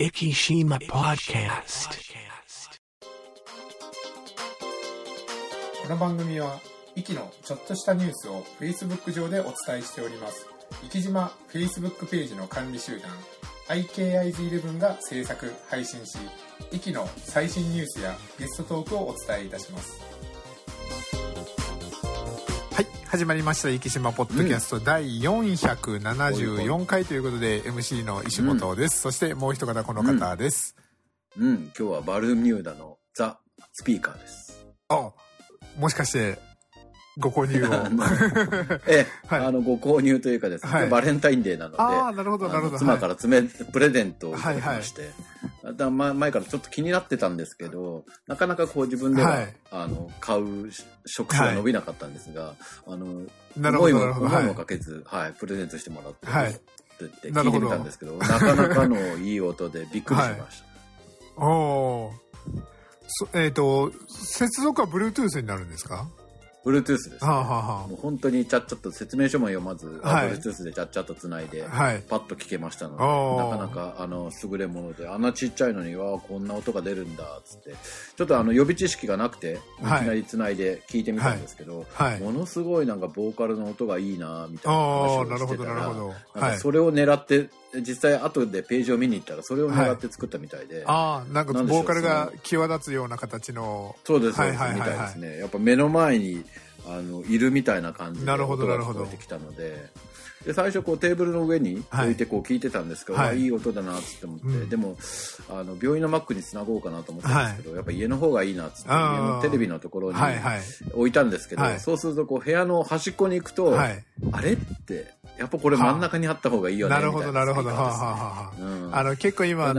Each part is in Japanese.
Ikishima Podcast。 この番組はイキのちょっとしたニュースを Facebook 上でお伝えしております。イキ島 Facebook ページの管理集団 IKIZ11 が制作・配信し、イキの最新ニュースやゲストトークをお伝えいたします。はい、始まりましたイキ島ポッドキャスト第474回ということで、MC の石本です。そしてもう一方この方です。 今日はバルミューダのザ・スピーカーです。 あ、もしかしてご購入をはい、ご購入というかですね、はい、バレンタインデーなので、 なるほどなるほど、 妻からプレゼントをいただきまして、前からちょっと気になってたんですけど、なかなかこう自分では、買う職種が伸びなかったんですが、思いもかけず、プレゼントしてもらって、って聞いてみたんですけど、なかなかのいい音でびっくりしました。 接続は Bluetooth になるんですか ？Bluetooth ですね。もう本当にちゃっちゃと説明書も読まず、Bluetooth でちゃっちゃとつないで、パッと聞けましたので、なかなか優れもので、あんなちっちゃいのに、こんな音が出るんだっつって、ちょっと予備知識がなくて、いきなりつないで聞いてみたんですけど、ものすごいなんかボーカルの音がいいなみたいな話をしてたら、なんかそれを狙って、実際後でページを見に行ったらそれを狙って作ったみたいで、 なんかボーカルが際立つような形の、 そうですみたいですね。やっぱ目の前にいるみたいな感じで音が聞こえてきたので、最初こうテーブルの上に置いてこう聞いてたんですけど、いい音だなって思って、でも病院の Mac につなごうかなと思ったんですけど、やっぱ家の方がいいなっつって、家のテレビのところに置いたんですけど、そうするとこう部屋の端っこに行くと、あれってやっぱこれ真ん中にあった方がいいよねみたいな。 なるほど。結構今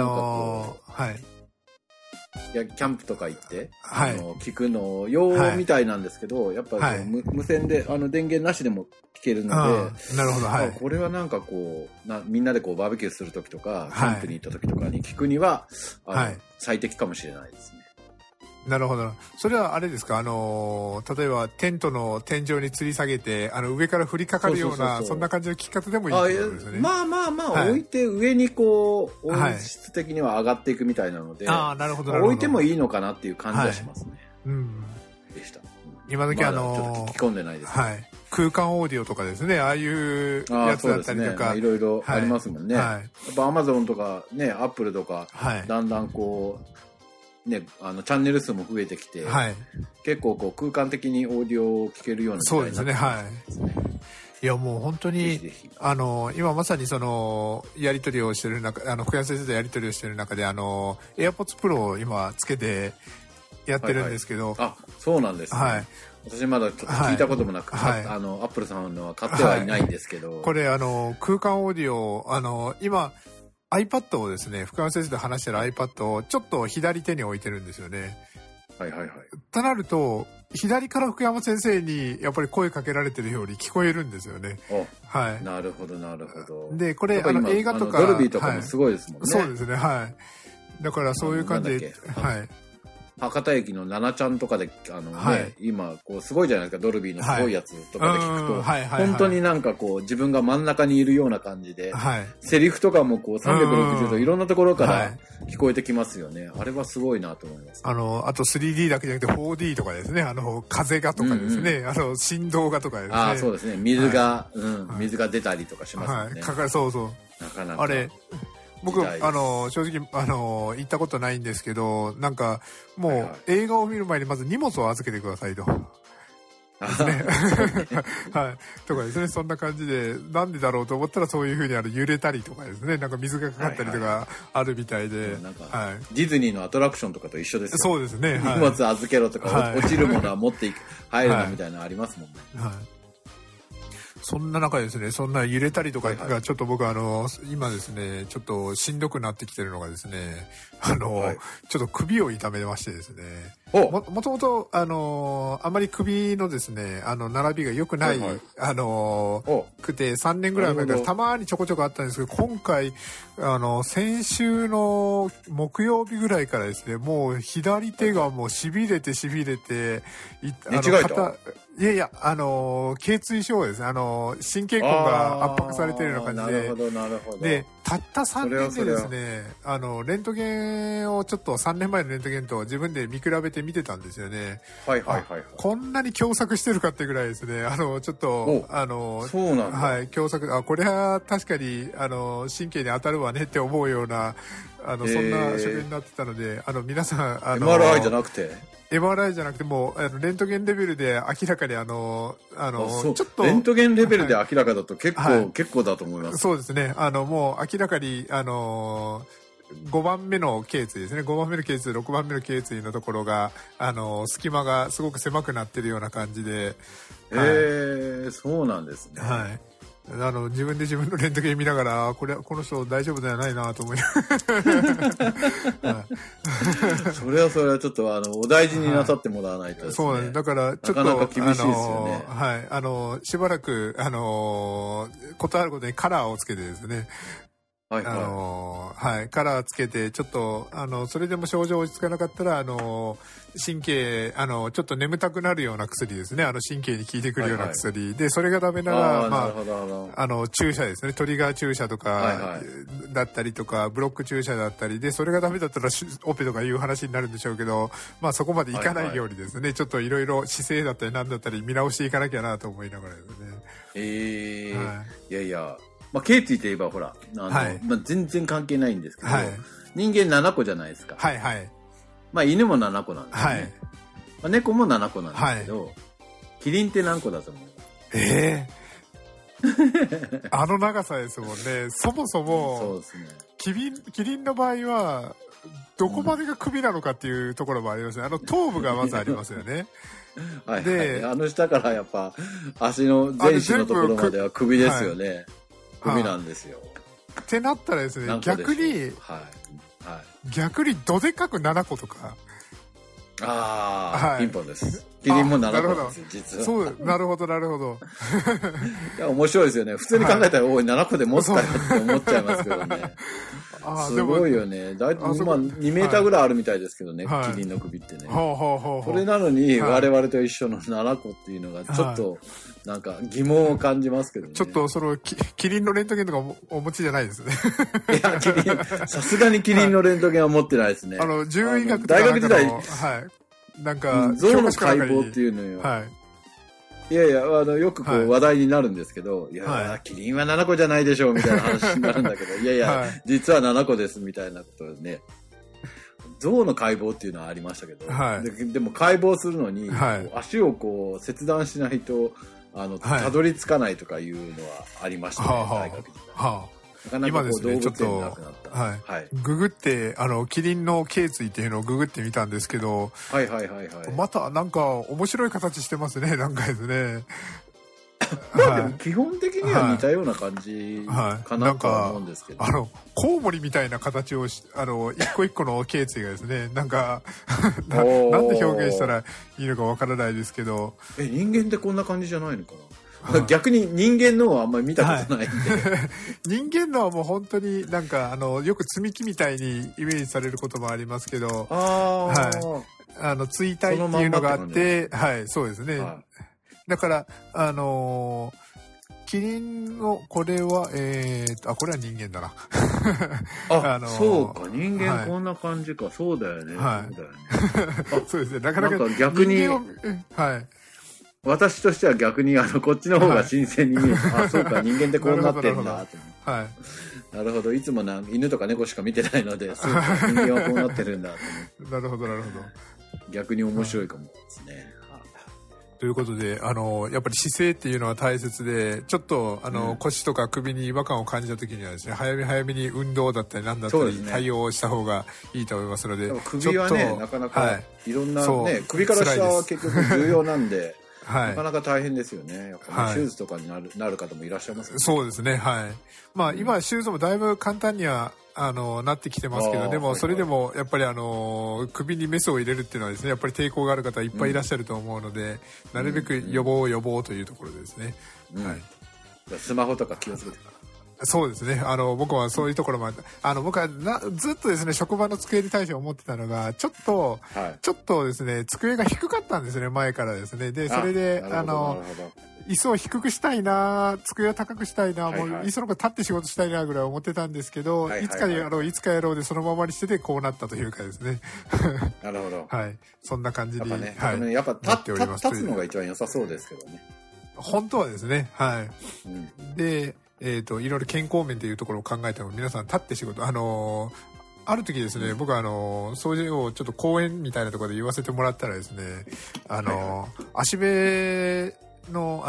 キャンプとか行って、聞くの用みたいなんですけど、やっぱり無線で電源なしでも聞けるので、 なるほど、 これはなんかこうみんなでこうバーベキューする時とか、キャンプに行った時とかに聞くには、最適かもしれないですね。 なるほど。それはあれですか、例えばテントの天井に吊り下げて上から降りかかるような、そんな感じの聞き方でもいいってことですよね。 まあ、置いて上にこう音質的には上がっていくみたいなので、 なるほど置いてもいいのかなっていう感じはしますね。でした。 今時ちょっと聞き込んでないです。 空間オーディオとかですね、ああいうやつだったりとか、 いろいろありますもんね。やっぱ Amazon とかね、Apple とか、だんだんこうね、チャンネル数も増えてきて、結構こう空間的にオーディオを聞けるようなそうですね。いやもう本当に今まさにそのやり取りをしてる中、福山先生とやり取りをしてる中でAirPods Pro を今つけてやってるんですけど、 そうなんですね。私まだちょっと聞いたこともなく、アップルさんのは買ってはいないんですけど、 これ空間オーディオ今iPad をですね、福山先生と話してる iPad をちょっと左手に置いてるんですよね。となると、左から福山先生にやっぱり声かけられてるように聞こえるんですよね。 なるほど。 で、これ映画とかドルビーとかもすごいですもんね。 そうですね。だからそういう感じで、 博多駅のナナちゃんとかで今こうすごいじゃないですか、ドルビーのすごいやつとかで聞くと、本当になんかこう自分が真ん中にいるような感じで、セリフとかもこう360度いろんなところから聞こえてきますよね。あれはすごいなと思います。 あと 3D だけじゃなくて 4D とかですね、風がとかですね、振動がとかですね。 そうですね。水が出たりとかしますよね。 そう。 なかなか。 あれ僕正直行ったことないんですけど、なんかもう映画を見る前にまず荷物を預けてくださいと。ですね。とかですね、そんな感じで、なんでだろうと思ったらそういう風に揺れたりとかですね、なんか水がかかったりとかあるみたいで、 ディズニーのアトラクションとかと一緒ですよ。 そうですね。 荷物預けろとか、落ちるものは持っていく、入るのみたいなのありますもんね。 そんな中ですね、そんな揺れたりとかがちょっと僕今ですね、ちょっとしんどくなってきてるのがですね、ちょっと首を痛めましてですね、もともとあまり首のですね、並びが良くない、くて3年ぐらい前からたまにちょこちょこあったんですけど、今回先週の木曜日ぐらいからですね、もう左手がもう痺れて寝違えた？ いやいや、頚椎症です。神経根が圧迫されてるような感じで。 なるほど、なるほど。 で、たった3年でですね、レントゲンをちょっと3年前のレントゲンと自分で見比べて見てたんですよね。 はいはいはい、はい。 こんなに狭窄してるかってぐらいですね。ちょっと、 そうなんだ。 はい、狭窄、これは確かに、神経に当たるわねって思うような、そんな所見になってたので、皆さん、 MRI じゃなくて MRI じゃなくてもレントゲンレベルで明らかにちょっとレントゲンレベルで明らかだと結構、はい、結構だと思います。 そうですね。もう明らかに5番目の頸椎ですね。5番目の頸椎、6番目の頸椎のところが隙間がすごく狭くなってるような感じで。 そうなんですね。 はい。自分で自分のレントゲン見ながら、この人大丈夫ではないなと思いながら。 それはちょっとお大事になさってもらわないとですね。 そうなんです。だからちょっとなかなか厳しいですよね。 はい。しばらくことあることにカラーをつけてですね。 はいはい。 はい、カラーつけて、ちょっと、それでも症状落ち着かなかったら、神経、ちょっと眠たくなるような薬ですね。神経に効いてくるような薬。はいはい、で、それがダメなら、まあ、注射ですね。トリガー注射とか、はいはい、だったりとか、ブロック注射だったり、で、それがダメだったら、オペとかいう話になるんでしょうけど、まあ、そこまでいかないようにですね、はいはい、ちょっといろいろ姿勢だったり何だったり見直していかなきゃなと思いながらですね。 はい、いやいや、まあ、頸椎といえばほら、はい、まあ、全然関係ないんですけど、はい、人間7個じゃないですか。はいはい。まあ、犬も7個なんですね。はい。まあ、猫も7個なんですけど、はい、キリンって何個だと思う？ 長さですもんね。そもそも、そうですね。キリンの場合は、どこまでが首なのかっていうところもありますね。頭部がまずありますよね。 はい、で、下からやっぱ、足の前肢のところまでは首ですよね。はい、首なんですよ。 ってなったらですね、逆に、逆にどでかく7個とか。 ピンポンです。キリンも7個です、実は。 そう、なるほど、なるほど。 いや、面白いですよね。普通に考えたら、おい、7個で持つかよって思っちゃいますけどね。すごいよね。だいたいまあ2メーターぐらいあるみたいですけどね、キリンの首ってね。それなのに我々と一緒の7個っていうのがちょっとなんか疑問を感じますけどね。 ちょっとキリンのレントゲンとかお持ちじゃないですね。 いや、さすがにキリンのレントゲンは持ってないですね。 獣医学大学時代、 はい。なんか、 象の解剖っていうのよ。はい。いやいや、よくこう話題になるんですけど、いや、キリンは7個じゃないでしょうみたいな話になるんだけど、いやいや、実は7個ですみたいなことでね。象の解剖っていうのはありましたけど、でも解剖するのに、足をこう切断しないと、たどり着かないとかいうのはありましたね、大学時代。 今ですね、ちょっと、ググって、キリンの頸椎っていうのをググってみたんですけど、またなんか面白い形してますね、なんかですね。 まあでも基本的には似たような感じかなとは思うんですけど。 コウモリみたいな形を一個一個の頸椎がですね、なんか、なんで表現したらいいのかわからないですけど。 人間ってこんな感じじゃないのかな？逆に人間のはあんまり見たことないんで、 人間のはもう本当になんかよく積み木みたいにイメージされることもありますけど、椎体っていうのがあって、はい、そうですね。だからキリンのこれはこれは人間だな。そうか、人間こんな感じか、そうだよね。 そうですね。なかなか逆に、私としては逆にこっちの方が新鮮に見えて、そうか、人間ってこうなってんだと思って。なるほど、いつも犬とか猫しか見てないので、そうか、人間はこうなってるんだと思って。 なるほど、なるほど。 逆に面白いかもですね。 ということで、やっぱり姿勢っていうのは大切で、ちょっと、腰とか首に違和感を感じた時にはですね、早めに運動だったり何だったり対応した方がいいと思いますので。 首はね、なかなか、いろんなね、首から下は結局重要なんで、なかなか大変ですよね。やっぱね、手術とかになる方もいらっしゃいますよね。 そうですね、はい。まあ、今、手術もだいぶ簡単には、なってきてますけど、でも、それでも、やっぱり首にメスを入れるっていうのはですね、やっぱり抵抗がある方いっぱいいらっしゃると思うので、なるべく予防というところでですね。 はい。スマホとか気をつけて。 そうですね。僕はそういうところも僕はずっとですね、職場の机に対して思ってたのが、ちょっとですね、机が低かったんですね、前からですね。で、それで、椅子を低くしたいな、机を高くしたいな、もういっそのこと立って仕事したいなぐらい思ってたんですけど、いつかやろうでそのままにしててこうなったというかですね。 なるほど。 はい。そんな感じに。 やっぱ立つのが一番良さそうですけどね。 本当はですね。はい。で、いろいろ健康面というところを考えても皆さん立って仕事、ある時ですね、僕は掃除をちょっと講演みたいなところで言わせてもらったらですね、足部の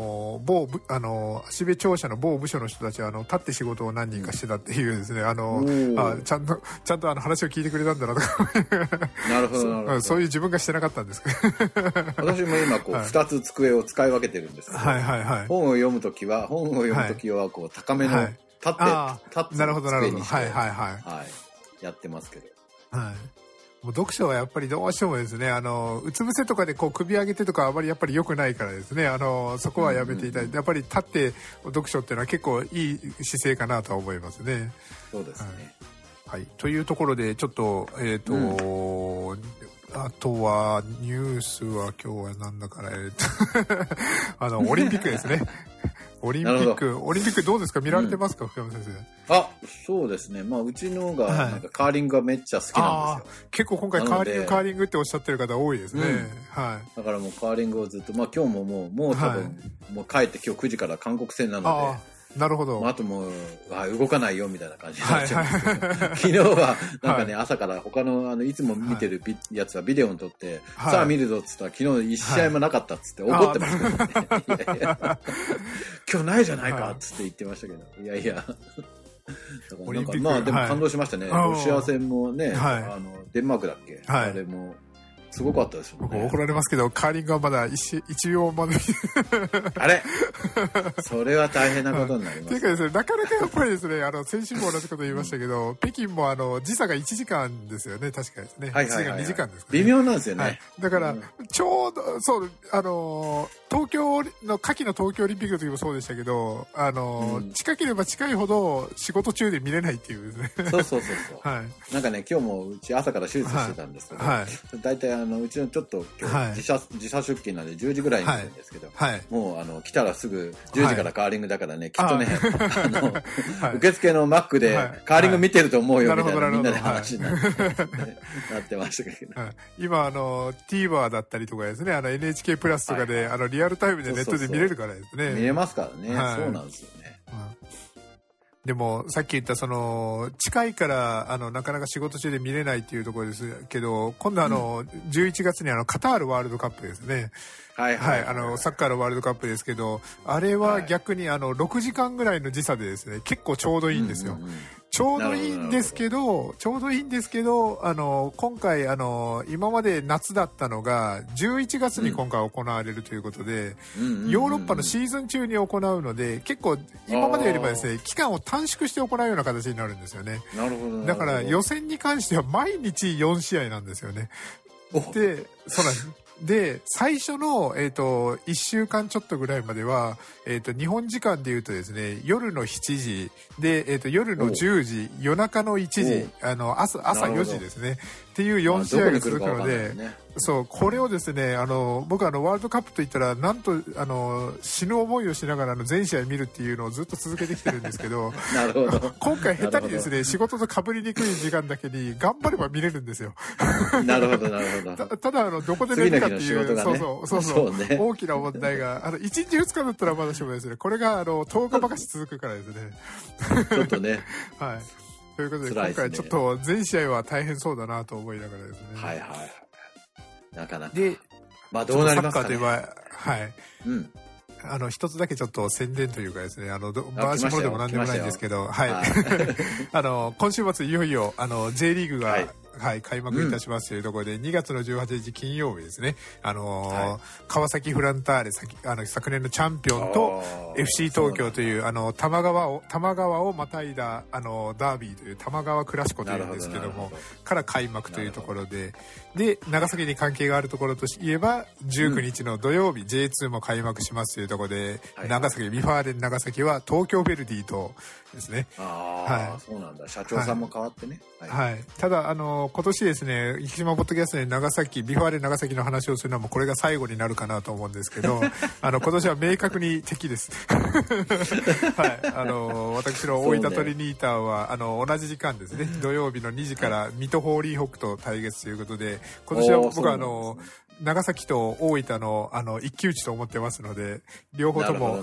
足部庁舎の某部署の人たちは立って仕事を何人かしてたっていうですね、ちゃんと話を聞いてくれたんだなとかなるほどなるほど。 そういう自分がしてなかったんですけど私も今2つ机を使い分けてるんですけど、本を読むときは高めの立って机にしてやってますけど、 もう読書はやっぱりどうしてもですね、うつ伏せとかで首上げてとかあまりやっぱり良くないからですね、そこはやめていただいて、やっぱり立って読書っていうのは結構いい姿勢かなとは思いますね。 そうですね。 はい。というところで、ちょっと、あとは、ニュースは今日はなんだから、オリンピックですね。オリンピックどうですか？見られてますか、福山先生？ そうですね。うちのがなんかカーリングがめっちゃ好きなんですよ。 結構今回カーリングっておっしゃってる方多いですね。 だからもうカーリングをずっと、今日ももう多分もう帰って今日9時から韓国戦なので。 なるほど。 あともう動かないよみたいな感じになっちゃうんですけど、昨日はなんかね、朝から他のいつも見てるやつはビデオに撮って、さあ見るぞっつったら昨日一試合もなかったっつって怒ってましたけどね。今日ないじゃないかっつって言ってましたけど、いやいや。なんかでも感動しましたね。ロシア戦もね、デンマークだっけ、あれもすごかったですよね。 僕怒られますけど、カーリングはまだ一秒まであれそれは大変なことになります。 というかですね、なかなかやっぱりですね、先週も同じこと言いましたけど、北京も時差が1時間ですよね、確かですね。1時間2時間ですかね。 微妙なんですよね。 だから、ちょうど、そう、東京の、夏季の東京オリンピックの時もそうでしたけど、近ければ近いほど仕事中で見れないっていうですね。 そう。なんかね、今日もうち朝から手術してたんですけど、大体うちのちょっと今日時差出勤なんで10時ぐらいに来るんですけど、もう来たらすぐ10時からカーリングだからね、きっとね、受付のマックでカーリング見てると思うよみたいなみんなで話になってましたけど、 今TVer だったりとかですね、NHK プラスとかでリアルタイムでネットで見れるからですね。 見れますからね。そうなんですよね。 でもさっき言った近いからなかなか仕事中で見れないっていうところですけど、今度11月にカタールワールドカップですね。サッカーのワールドカップですけど、あれは逆に6時間ぐらいの時差でですね、結構ちょうどいいんですよ。ちょうどいいんですけど、今回今まで夏だったのが11月に今回行われるということで、ヨーロッパのシーズン中に行うので、結構今までよりもですね、期間を短縮して行うような形になるんですよね。 なるほど。 だから予選に関しては毎日4試合なんですよね。で、そうなんです。で、最初の、1週間ちょっとぐらいまでは、日本時間で言うとですね、夜の7時、で、夜の10時、夜中の1時、朝4時ですね。っていう4試合が続くので、そう、これをですね、僕ワールドカップといったら、なんと、死ぬ思いをしながら全試合見るっていうのをずっと続けてきてるんですけど、 なるほど。 今回下手にですね、仕事と被りにくい時間だけに頑張れば見れるんですよ。 なるほど。 ただ、どこで寝るかっていう、そうね、 大きな問題が、1日2日だったらまだしもですね、これが10日ばかし続くからですね。 ちょっとね。 はい。ということで、今回ちょっと全試合は大変そうだなと思いながらですね。 なかなか。 で、 どうなりますかね。サッカーといえば、一つだけちょっと宣伝というかですね、回し物でも何でもないんですけど、今週末いよいよ、J リーグがはい、開幕いたしますというところで、2月の18日金曜日ですね、川崎フランターレ、昨年のチャンピオンと FC 東京という、多摩川をまたいだ、ダービーという多摩川クラシコというんですけども、から開幕というところで、で、長崎に関係があるところといえば、19日の土曜日、J2 も開幕しますというところで、長崎、ビファーレン長崎は東京ヴェルディとですね。 はい。そうなんだ。社長さんも変わってね。 はい。ただ、今年ですね、生島ポッドキャストでビファーレン長崎の話をするのはもうこれが最後になるかなと思うんですけど、今年は明確に敵です。はい。私の大分トリニーターは、同じ時間ですね、土曜日の2時から水戸ホーリーホックと対決ということで、今年は僕は長崎と大分の一騎打ちと思ってますので、両方とも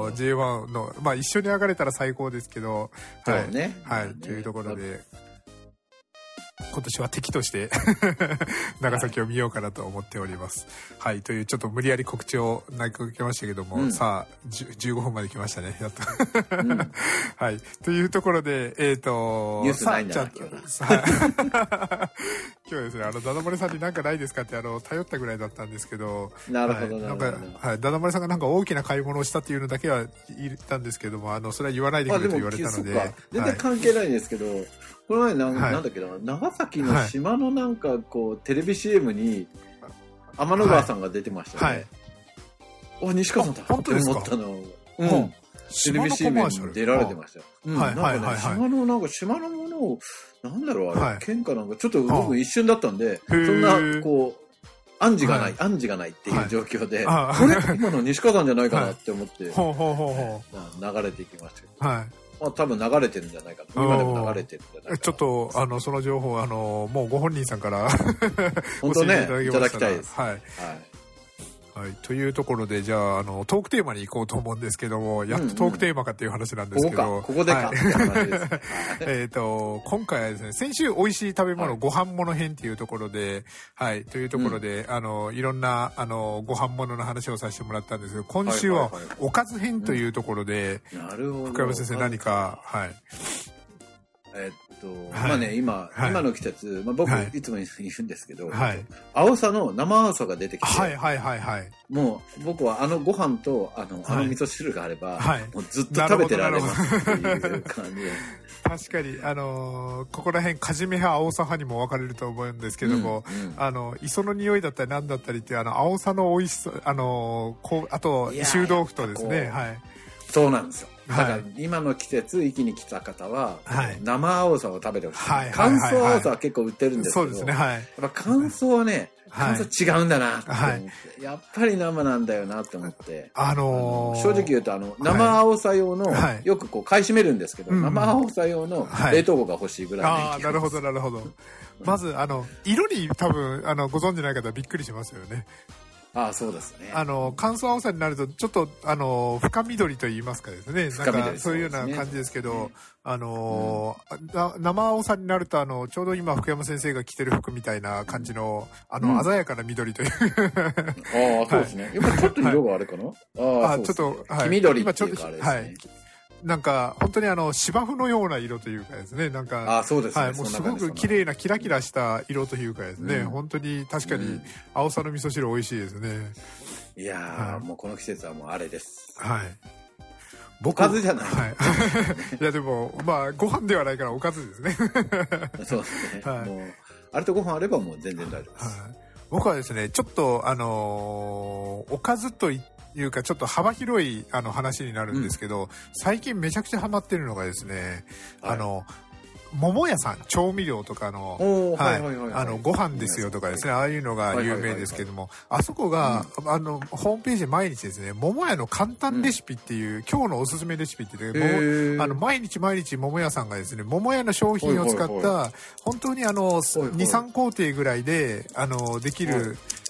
J1 のまあ一緒に上がれたら最高ですけど、はいね、はいというところで。今年は敵として長崎を見ようかなと思っております。はい、というちょっと無理やり告知を投げかけましたけども、さあ15分まで来ましたね。やっとはい、というところでニュースないんだな今日は今日ですね、ダダ漏れさんに何かないですかって頼ったぐらいだったんですけど、 なるほど、 なんかはいダダ漏れさんがなんか大きな買い物をしたっていうのだけは言ったんですけども、それは言わないでくれと言われたので、 全然関係ないんですけど。この前なんだっけな、長崎の島のなんかこう、テレビ CM に天の川さんが出てましたね。お、西川さんだって思ったの。うん。テレビ CM に出られてましたよ。なんかね、島のものを、なんだろうあれ、県かなんか、ちょっと僕一瞬だったんで、そんなこう、暗示がないっていう状況で、これ今の西川さんじゃないかなって思って、流れていきましたけど。はい。まあ多分流れてるんじゃないかと。今でも流れてるんじゃないかな。 ちょっと、その情報、もうご本人さんから本当ね、いただきたいです。 はい。はい。はい。というところで、じゃあ、トークテーマに行こうと思うんですけども、やっとトークテーマかっていう話なんですけど。 ここでかって話です。今回はですね、先週美味しい食べ物、ご飯物編っていうところで、はい、というところで、いろんな、ご飯物の話をさせてもらったんですけど、今週はおかず編というところで、 なるほど。 福山先生何か、はい。 まあね、今の季節、まあ僕いつも言うんですけど、アオサの生アオサが出てきて、もう僕はご飯と味噌汁があれば、もうずっと食べてられますっていう感じで。 確かに、ここら辺、カジメ派、アオサ派にも分かれると思うんですけども、磯の匂いだったり何だったりっていう、アオサの美味しさ、あと、臭豆腐とですね、はい。 そうなんですよ。だから今の季節、壱岐に来た方は、生アオサを食べてほしい。乾燥アオサは結構売ってるんですけど、そうですね、はい。やっぱ乾燥はね、乾燥違うんだなって思って、やっぱり生なんだよなって思って、正直言うと生アオサ用の、よくこう買い占めるんですけど、生アオサ用の冷凍庫が欲しいぐらい。 ああ、なるほど、なるほど。まず、色に多分、ご存知ない方はびっくりしますよね。 ああ、そうですね。 乾燥青さになると、ちょっと、深緑と言いますかですね。なんか、そういうような感じですけど、生青さになると、ちょうど今、福山先生が着てる服みたいな感じの、鮮やかな緑という。 ああ、そうですね。やっぱりちょっと色があれかなああ、ちょっと、黄緑っていうかあれですね。 なんか、本当に芝生のような色というかですね、なんか、 そうですね。はい、 もうすごく綺麗なキラキラした色というかですね、本当に確かに、青さの味噌汁美味しいですね。 いやー、もうこの季節はもうあれです。 はい。 おかずじゃない。 はい。いやでも、まあ、ご飯ではないからおかずですね。 そうですね。もう、あれとご飯あればもう全然大丈夫です。 僕はですね、ちょっと、おかずというかちょっと幅広い話になるんですけど、最近めちゃくちゃハマってるのがですね、桃屋さん、調味料とかの、ご飯ですよとかですね、ああいうのが有名ですけども、あそこが、ホームページで毎日ですね、桃屋の簡単レシピっていう、今日のおすすめレシピっていう、毎日桃屋さんがですね、桃屋の商品を使った、本当に2、3工程ぐらいで、できる、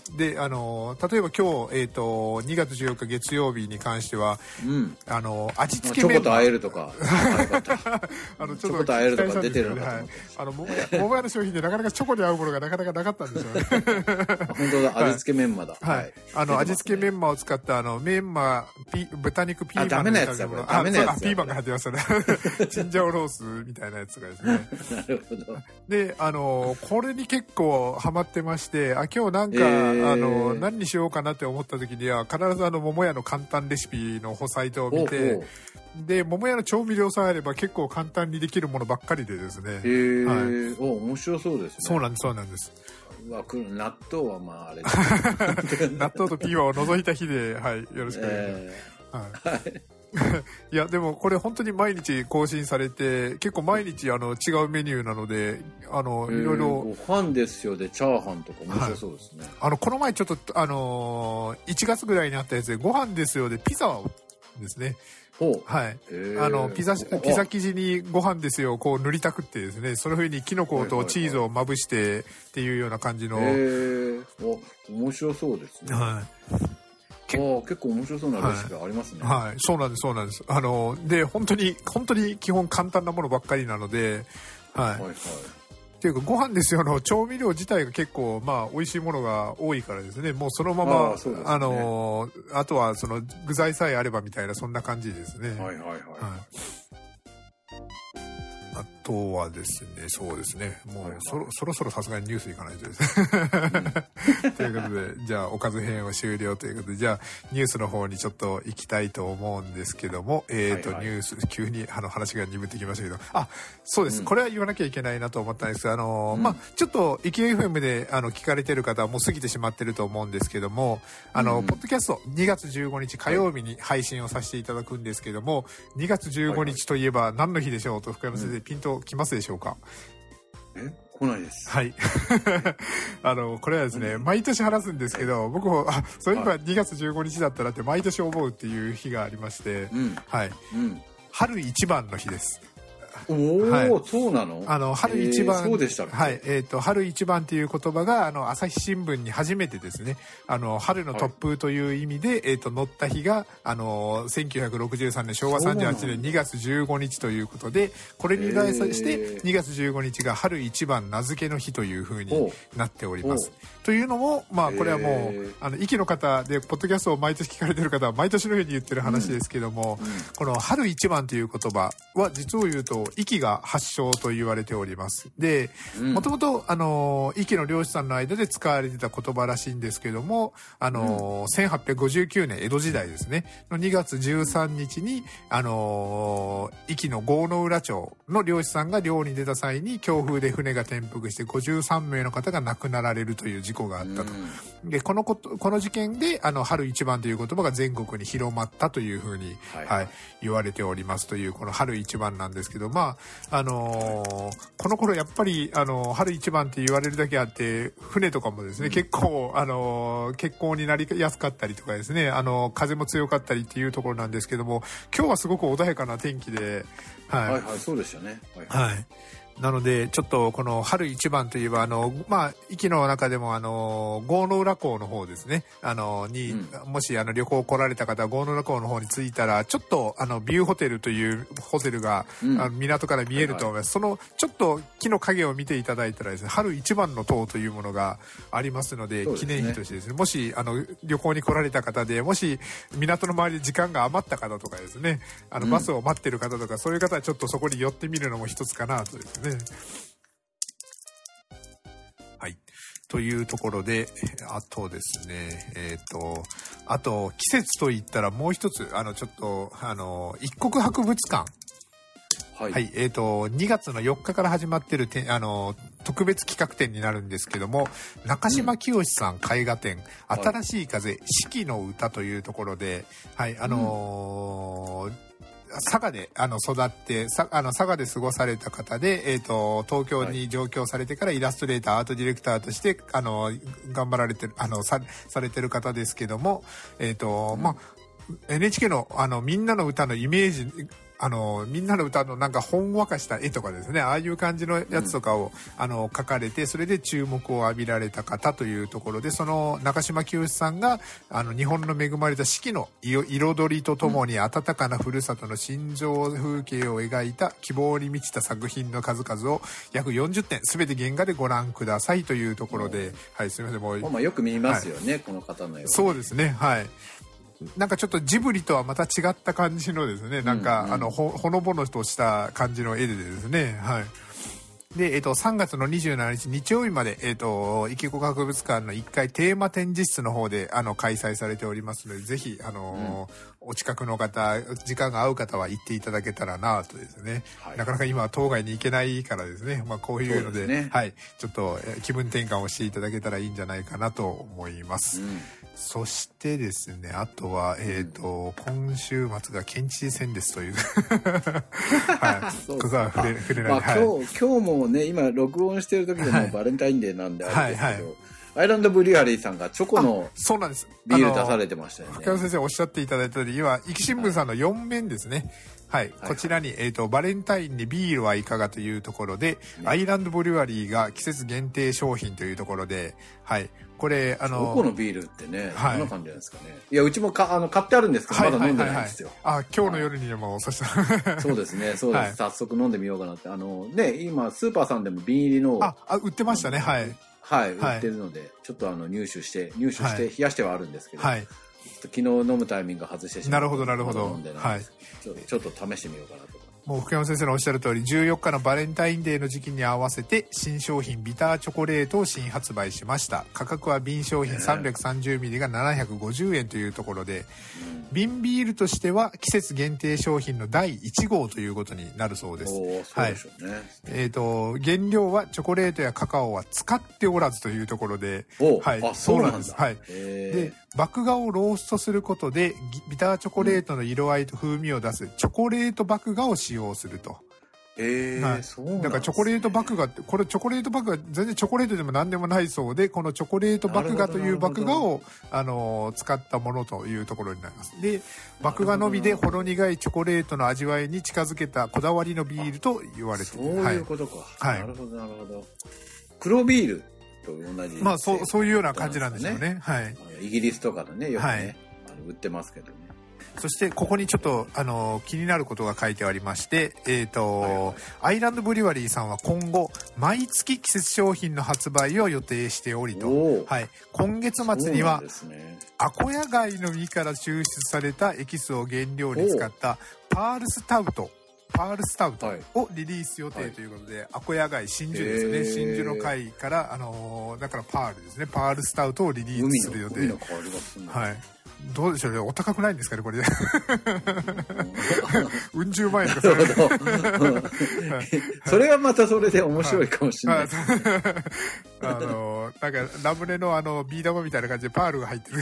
で、例えば今日、2月14日月曜日に関しては、味付けメンマ。チョコと会えるとか。チョコと会えるとか出てるのかと思って。 桃屋の商品でなかなかチョコに合うものがなかなかなかったんですよね。 本当だ、味付けメンマだ。 はい。味付けメンマを使ったメンマ、豚肉ピーマン。 ダメなやつだ、これ。ダメなやつ。 ピーマンが入ってましたね。チンジャオロースみたいなやつがですね。 なるほど。 で、これに結構ハマってまして、今日なんか、何にしようかなって思った時には、必ず桃屋の簡単レシピのサイトを見て、で、桃屋の調味料さえあれば結構簡単にできるものばっかりでですね。 面白そうですね。 そうなんです、そうなんです。 納豆はまああれ納豆とピーマンを除いた日で、はい、よろしくお願いします。はい。いやでもこれ本当に毎日更新されて結構毎日違うメニューなのでいろいろご飯ですよでチャーハンとか面白そうですね、 はい、この前ちょっと1月ぐらいにあったやつでご飯ですよでピザですねはい、ピザ生地にご飯ですよこう塗りたくってですねその上にキノコとチーズをまぶしてっていうような感じの面白そうですねはい結構面白そうなレシピありますね。 はい、そうなんです、そうなんです。で、本当に基本簡単なものばっかりなので、はい。はいはい。っていうか、ご飯ですよの調味料自体が結構、まあ、美味しいものが多いからですね。もうそのまま、ね、あとはその具材さえあればみたいな、そんな感じですね。はいはいはい。はいあとはですね、そうですね。もうそろそろさすがにニュース行かないとですね。ということで、じゃあおかず編を終了ということで、じゃあニュースの方にちょっと行きたいと思うんですけども、ニュース、急に話が鈍ってきましたけど、そうです。これは言わなきゃいけないなと思ったんです。まあ、ちょっと、イキ FM で聞かれてる方はもう過ぎてしまってると思うんですけども、ポッドキャスト2月15日火曜日に配信をさせていただくんですけども、2月15日といえば何の日でしょうと福山先生、ピンと来ますでしょうか？ 来ないです。 はい。これはですね、毎年話すんですけど、僕も、そういえば2月15日だったらって毎年思うっていう日がありまして、はい。春一番の日です。 はい、そうなの？ 春一番、 そうでしたっけ？ はい、春一番っていう言葉が朝日新聞に初めてですね、春の突風という意味で載った日が1963年昭和38年2月15日ということで、これに由来さして2月15日が春一番名付けの日という風になっております。というのも、まあこれはもう息の方でポッドキャストを毎年聞かれてる方は毎年のように言ってる話ですけども、この春一番という言葉は実を言うと息が発祥と言われております。で、もともと息の漁師さんの間で使われてた言葉らしいんですけども、1859年江戸時代ですねの2月13日に息の郷の浦町の漁師さんが漁に出た際に強風で船が転覆して53名の方が亡くなられるという事故があったと。でこの事件で春一番という言葉が全国に広まったというふうに、はい言われておりますというこの春一番なんですけど、まあこの頃やっぱり春一番って言われるだけあって船とかもですね、結構欠航になりやすかったりとかですね風も強かったりっていうところなんですけども、今日はすごく穏やかな天気で、 はいはい、そうでしたね。 はい。なのでちょっとこの春一番といえばまあ壱岐の中でも郷の浦港の方ですねに、もし旅行来られた方は郷の浦港の方に着いたらちょっとビューホテルというホテルが、港から見えると思います。そのちょっと木の影を見ていただいたらですね、春一番の塔というものがありますので、記念碑としてですね、もし旅行に来られた方でもし港の周りで時間が余った方とかですねバスを待ってる方とかそういう方はちょっとそこに寄ってみるのも一つかなとですね。はい。というところで、あとですね、あと季節といったらもう一つ、ちょっと、一国博物館。はい。はい。2月の4日から始まってる特別企画展になるんですけども、中島清さん絵画展、新しい風、四季の歌というところで、はい、佐賀で育って佐賀で過ごされた方で、東京に上京されてからイラストレーターアートディレクターとして頑張られてるされてる方ですけども、まあ NHK のみんなの歌のイメージみんなの歌のなんかほんわかした絵とかですね、ああいう感じのやつとかを、書かれて、それで注目を浴びられた方というところで、その中島清さんが、日本の恵まれた四季の彩りとともに温かなふるさとの心情風景を描いた希望に満ちた作品の数々を約40点、すべて原画でご覧くださいというところで、はい、すみません、もう。 よく見ますよね、この方の絵は。 そうですね、はい。なんかちょっとジブリとはまた違った感じのですね、なんか、ほのぼのとした感じの絵でですね、はい。で、3月の27日日曜日まで、いきこ博物館の1階テーマ展示室の方で、開催されておりますので、ぜひ、お近くの方、時間が合う方は行っていただけたらなとですね。はい、なかなか今は当該に行けないからですね。まあ、こういうので、ね、はい。ちょっと気分転換をしていただけたらいいんじゃないかなと思います。そしてですね、あとは、今週末が県知事選ですという。はい。ここは触れられない。 今日もね、今録音してる時でもバレンタインデーなんであれですけど、アイランドブリュアリーさんがチョコのそうなんです。 ビール出されてましたよね。 福山先生おっしゃっていただいた通り、今、壱岐新聞さんの4面ですね。はい。こちらに、バレンタインにビールはいかがというところで、アイランドブリュアリーが季節限定商品というところで、はい。これ、 チョコのビールってね、どんな感じなんですかね。いや、うちも買ってあるんですけど、まだ飲んでないんですよ。 今日の夜にでも、そしたら。そうですね、そうです。早速飲んでみようかなって。ね、今、スーパーさんでも瓶入りの。 売ってましたね、はい。 はい、売ってるので、ちょっと入手して冷やしてはあるんですけど、はい、昨日飲むタイミング外してしまって、 なるほど。 はい。ちょっと試してみようかなと。 もう福山先生のおっしゃる通り、14日のバレンタインデーの時期に合わせて新商品ビターチョコレートを新発売しました。価格は瓶商品330ミリが750円というところで、瓶ビールとしては季節限定商品の第1号ということになるそうです。 そうでしょうね。 原料はチョコレートやカカオは使っておらずというところで、 はい。そうなんです。 はい。で、麦芽をローストすることでビターチョコレートの色合いと風味を出すチョコレート麦芽を使用すると。 そうなんですね。 だからチョコレート麦芽って、これチョコレート麦芽全然チョコレートでも何でもないそうで、このチョコレート麦芽という麦芽を使ったものというところになります。で、麦芽のみでほろ苦いチョコレートの味わいに近づけたこだわりのビールと言われている。 そういうことか。 はい。 なるほど。黒ビールと同じ。 まあそういうような感じなんでしょうね。はい。 イギリスとかでね、よくね、売ってますけどね。 そしてここにちょっと気になることが書いてありまして、アイランドブリュワリーさんは今後毎月季節商品の発売を予定しておりと、はい、今月末には、アコヤ貝の実から抽出されたエキスを原料に使ったパールスタウトをリリース予定ということで、アコヤ貝真珠ですね、真珠の貝からだからパールですね、パールスタウトをリリースする予定。はい。どうでしょうね、お高くないんですかねこれで。うん十万円とか。 それはまたそれで面白いかもしれない。 なんかラムネのビー玉みたいな感じでパールが入ってる。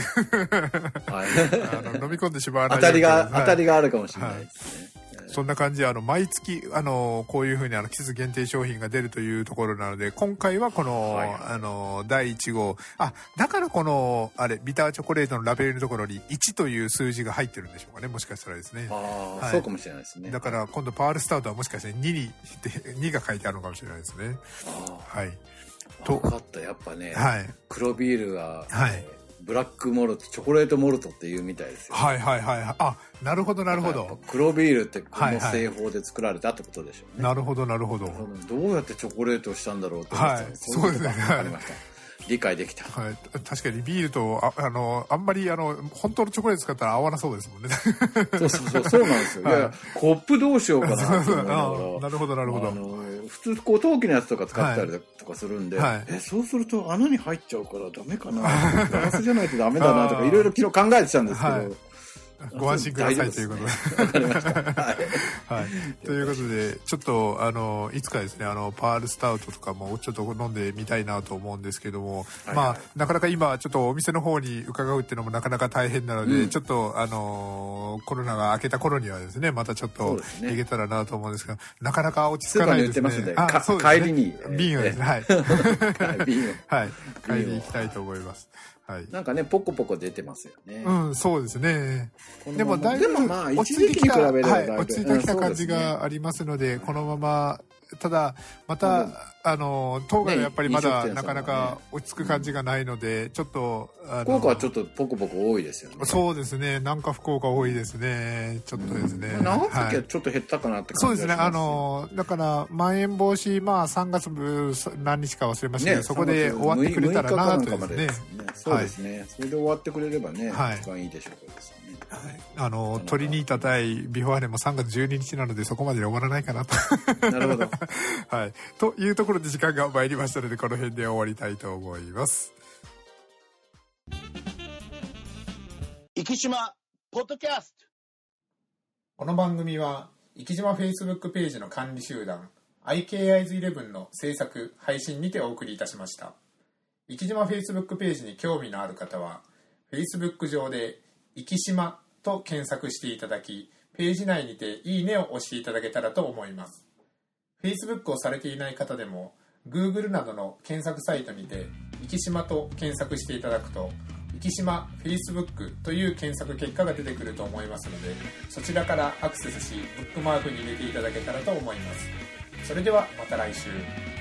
飲み込んでしまわない。 当たりがあるかもしれないですね。 そんな感じで毎月こういうふうに季節限定商品が出るというところなので、今回はこの、第1号だからこのビターチョコレートのラベルのところに1という数字が入ってるんでしょうかね、もしかしたらですね。 はい、そうかもしれないですね。 だから今度パールスタウトはもしかして2が書いてあるのかもしれないですね。はい。 分かった。やっぱね、 はい、 黒ビールが、 はい、 ブラックモルト、チョコレートモルトっていうみたいですよ。 はい。なるほど。 黒ビールってこの製法で作られたってことでしょうね。 なるほど。どうやってチョコレートをしたんだろうって思って、 そうですね。 分かりました。理解できた。 はい。確かにビールとあんまり本当のチョコレート使ったら合わなそうですもんね。 そうなんですよ。いや、コップどうしようかなと思いながら。 なるほど。 普通陶器のやつとか使ったりとかするんで、そうすると穴に入っちゃうからダメかな。ガラスじゃないとダメだなとかいろいろ昨日考えてたんですけど。 ご安心くださいということで。 わかりました。 はい。ということで、ちょっと、いつかですね、パールスタウトとかもちょっと飲んでみたいなと思うんですけども、なかなか今、ちょっとお店の方に伺うっていうのもなかなか大変なので、ちょっと、コロナが明けた頃にはですね、またちょっと行けたらなと思うんですが、なかなか落ち着かないですね。 スーパーに売ってますんで、帰りに。 瓶をですね、はい。 瓶を。 はい。買いに行きたいと思います。 はい。 なんかね、ポコポコ出てますよね。 うん、そうですね。 でもだいぶまあ一時期に比べればだいぶ、 はい、落ち着いてきた感じがありますので、このまま、ただまた当該はやっぱりまだなかなか落ち着く感じがないので、ちょっと福岡はちょっとポコポコ多いですよね。 そうですね。なんか福岡多いですね。ちょっとですね。 長崎はちょっと減ったかなって感じがします。 そうですね。だからまん延防止3月何日か忘れましたけど、そこで終わってくれたらなとですね。 そうですね。それで終わってくれればね、一番いいでしょうですね。 はい、トリニータ対ビフォアネも3月12日なので、そこまでに終わらないかなと。 なるほど。 はい。というところで時間が参りましたので、この辺で終わりたいと思います。 生島ポッドキャスト。 この番組は生島 Facebook ページの管理集団 IKIs11 の制作配信にてお送りいたしました。生島 Facebook ページに興味のある方は Facebook 上で生島と検索していただき、ページ内にていいねを押していただけたらと思います。 Facebook をされていない方でも Google などの検索サイトにて生島と検索していただくと、生島 Facebook という検索結果が出てくると思いますので、そちらからアクセスしブックマークに入れていただけたらと思います。それではまた来週。